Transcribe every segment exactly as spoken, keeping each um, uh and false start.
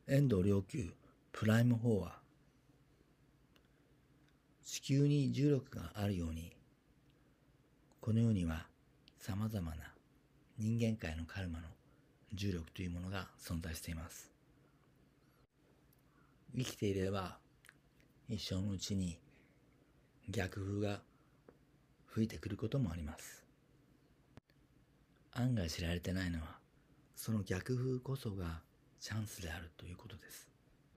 遠藤良久プライムフォーは、地球に重力があるように、この世には様々な人間界のカルマの重力というものが存在しています。生きていれば一生のうちに逆風が吹いてくることもあります。案外知られてないのは、その逆風こそがチャンスであるということです。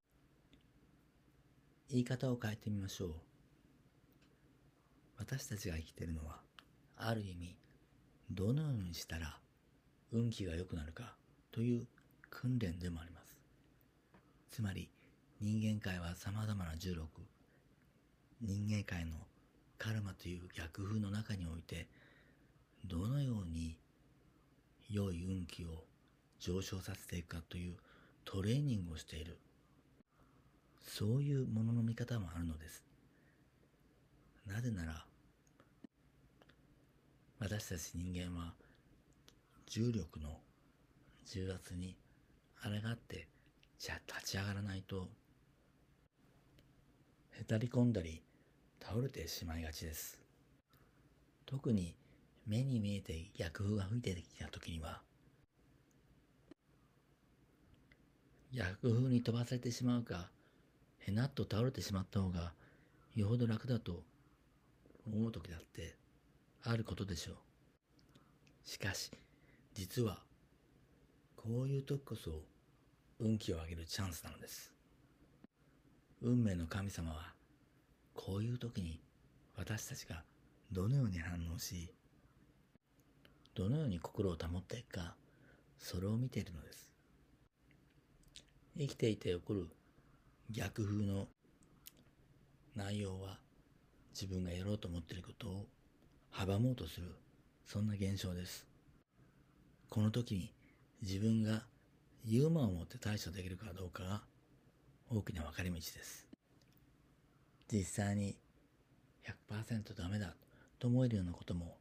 言い方を変えてみましょう。私たちが生きているのは、ある意味どのようにしたら運気が良くなるかという訓練でもあります。つまり人間界は様々な重力、人間界のカルマという逆風の中において、どのように良い運気を上昇させていくかというトレーニングをしている、そういうものの見方もあるのです。なぜなら、私たち人間は重力の重圧に抗ってじゃ立ち上がらないと、へたり込んだり倒れてしまいがちです。特に目に見えて逆風が吹いてきた時には、逆風に飛ばされてしまうか、へなっと倒れてしまった方がよほど楽だと思う時だってあることでしょう。しかし実はこういう時こそ運気を上げるチャンスなのです。運命の神様はこういう時に私たちがどのように反応し、どのように心を保っていくか、それを見ているのです。生きていて起こる逆風の内容は、自分がやろうと思っていることを阻もうとする、そんな現象です。この時に自分がユーモアを持って対処できるかどうかが大きな分かれ道です。実際に ひゃくパーセント ダメだと思えるようなことも、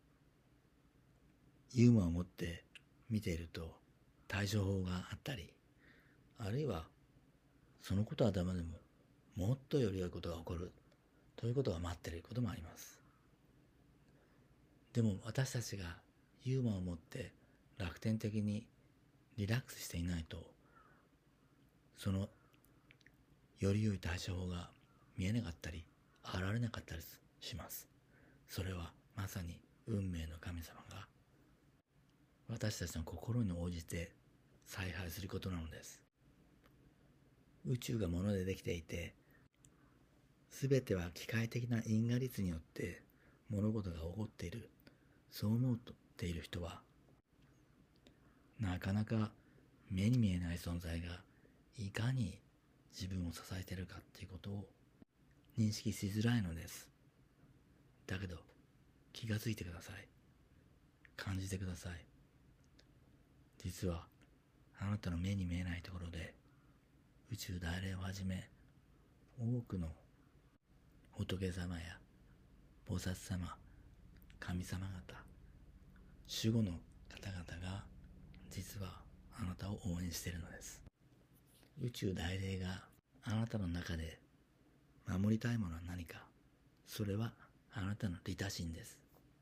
ユーモアを持って見ていると対処法があったり、あるいはそのことはダメでももっとより良いことが起こるということが待っていることもあります。でも私たちがユーモアを持って楽天的にリラックスしていないと、そのより良い対処法が見えなかったり現れなかったりします。それはまさに運命の神様が私たちの心に応じて采配することなのです。宇宙が物でできていて、すべては機械的な因果律によって物事が起こっている、そう思っている人は、なかなか目に見えない存在がいかに自分を支えているかということを認識しづらいのです。だけど気がついてください。感じてください。実はあなたの目に見えないところで、宇宙大霊をはじめ多くの仏様や菩薩様、神様方、守護の方々が実はあなたを応援しているのです。宇宙大霊があなたの中で守りたいものは何か、それはあなたの利他心です。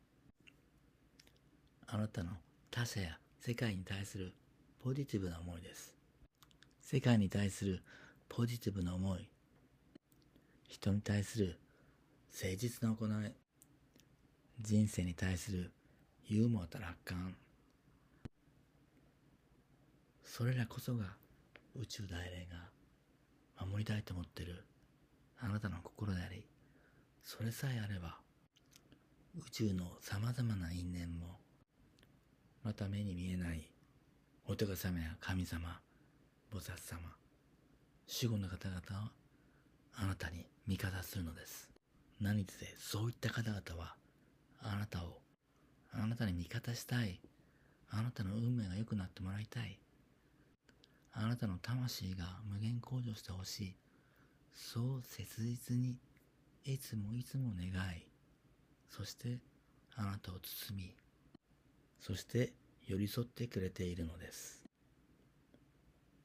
あなたの他者や世界に対するポジティブな思いです。世界に対するポジティブな思い、人に対する誠実な行い、人生に対するユーモアと楽観、それらこそが宇宙大霊が守りたいと思っているあなたの心であり、それさえあれば宇宙のさまざまな因縁も、また目に見えない仏様や神様、菩薩様、守護の方々はあなたに味方するのです。何せそういった方々はあなたを、あなたに味方したい、あなたの運命が良くなってもらいたい、あなたの魂が無限向上してほしい、そう切実にいつもいつも願い、そしてあなたを包み、そして寄り添ってくれているのです。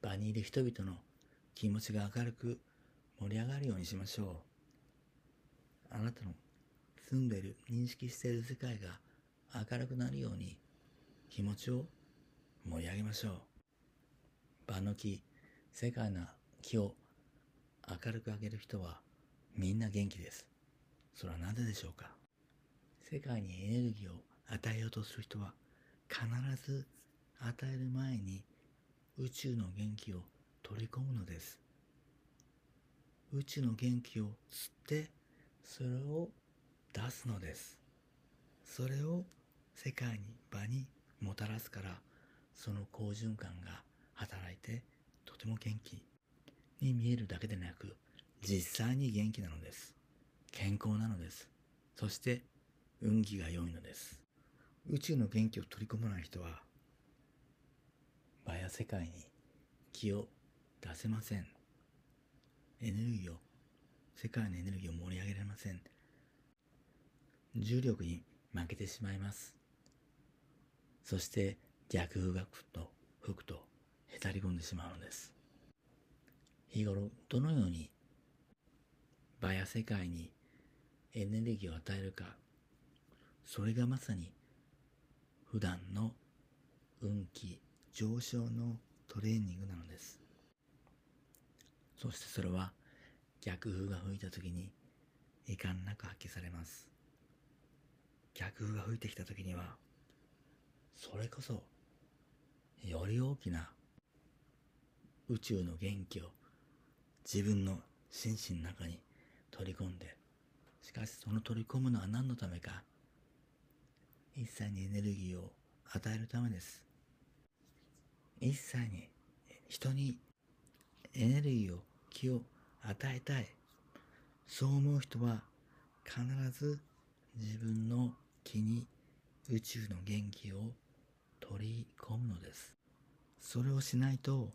場にいる人々の気持ちが明るく盛り上がるようにしましょう。あなたの住んでいる、認識している世界が明るくなるように気持ちを盛り上げましょう。場の気、世界の気を明るく上げる人はみんな元気です。それはなぜでしょうか。世界にエネルギーを与えようとする人は必ず与える前に宇宙の元気を取り込むのです。宇宙の元気を吸ってそれを出すのです。それを世界に、場にもたらすから、その好循環が働いてとても元気に見えるだけでなく、実際に元気なのです。健康なのです。そして運気が良いのです。宇宙の元気を取り込まない人は場や世界に気を出せません。エネルギーを、世界のエネルギーを盛り上げられません。重力に負けてしまいます。そして逆風が吹くと吹くとへたり込んでしまうのです。日頃どのように場や世界にエネルギーを与えるか、それがまさに普段の運気上昇のトレーニングなのです。そしてそれは逆風が吹いた時に遺憾なく発揮されます。逆風が吹いてきた時には、それこそより大きな宇宙の元気を自分の心身の中に取り込んで、しかしその取り込むのは何のためか、一切にエネルギーを与えるためです。一切に人にエネルギーを、気を与えたい、そう思う人は必ず自分の気に宇宙の元気を取り込むのです。それをしないと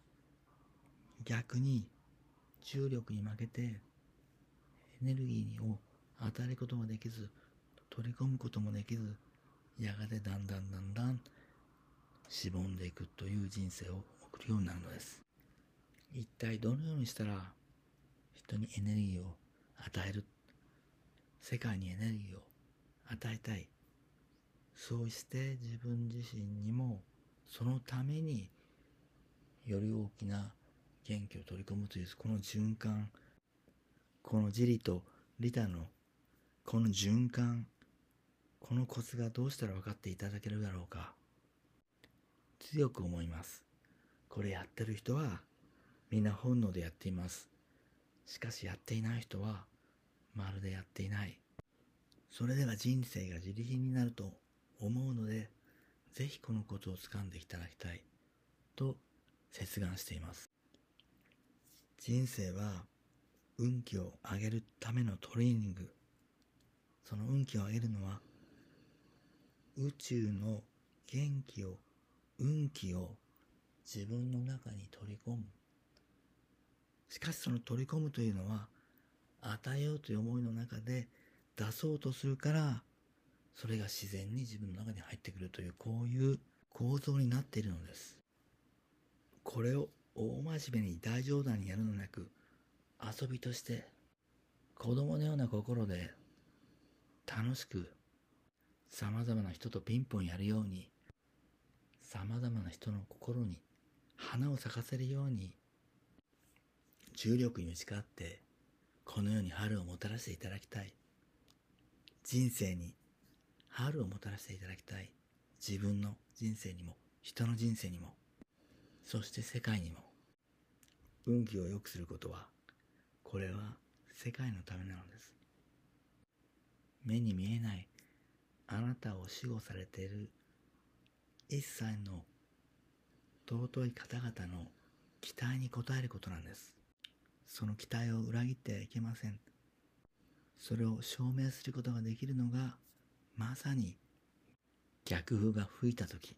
逆に重力に負けてエネルギーを与えることもできず、取り込むこともできず、やがてだんだんだんだんしぼんでいくという人生を送るようになるのです。一体どのようにしたら人にエネルギーを与える、世界にエネルギーを与えたい、そうして自分自身にもそのためにより大きな元気を取り込むという、この循環、この自利と利他のこの循環、このコツがどうしたら分かっていただけるだろうか、強く思います。これやってる人はみんな本能でやっています。しかしやっていない人はまるでやっていない。それでは人生が自力になると思うので、ぜひこのコツを掴んでいただきたいと切願しています。人生は運気を上げるためのトレーニング。その運気を上げるのは宇宙の元気を、運気を自分の中に取り込む。しかしその取り込むというのは、与えようという思いの中で出そうとするから、それが自然に自分の中に入ってくるという、こういう構造になっているのです。これを大真面目に大冗談にやるのなく、遊びとして子供のような心で楽しくさまざまな人とピンポンやるように、さまざまな人の心に花を咲かせるように、重力に打ち勝ってこの世に春をもたらしていただきたい。人生に春をもたらしていただきたい。自分の人生にも人の人生にも、そして世界にも。運気を良くすることは、これは世界のためなのです。目に見えないあなたを守護されている一切の尊い方々の期待に応えることなんです。その期待を裏切ってはいけません。それを証明することができるのが、まさに逆風が吹いたとき。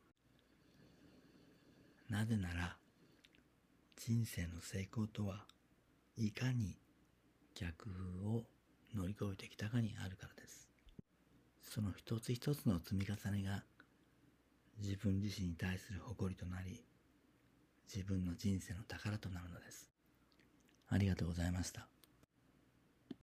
なぜなら、人生の成功とはいかに逆風を乗り越えてきたかにあるからです。その一つ一つの積み重ねが自分自身に対する誇りとなり、 自分の人生の宝となるのです。ありがとうございました。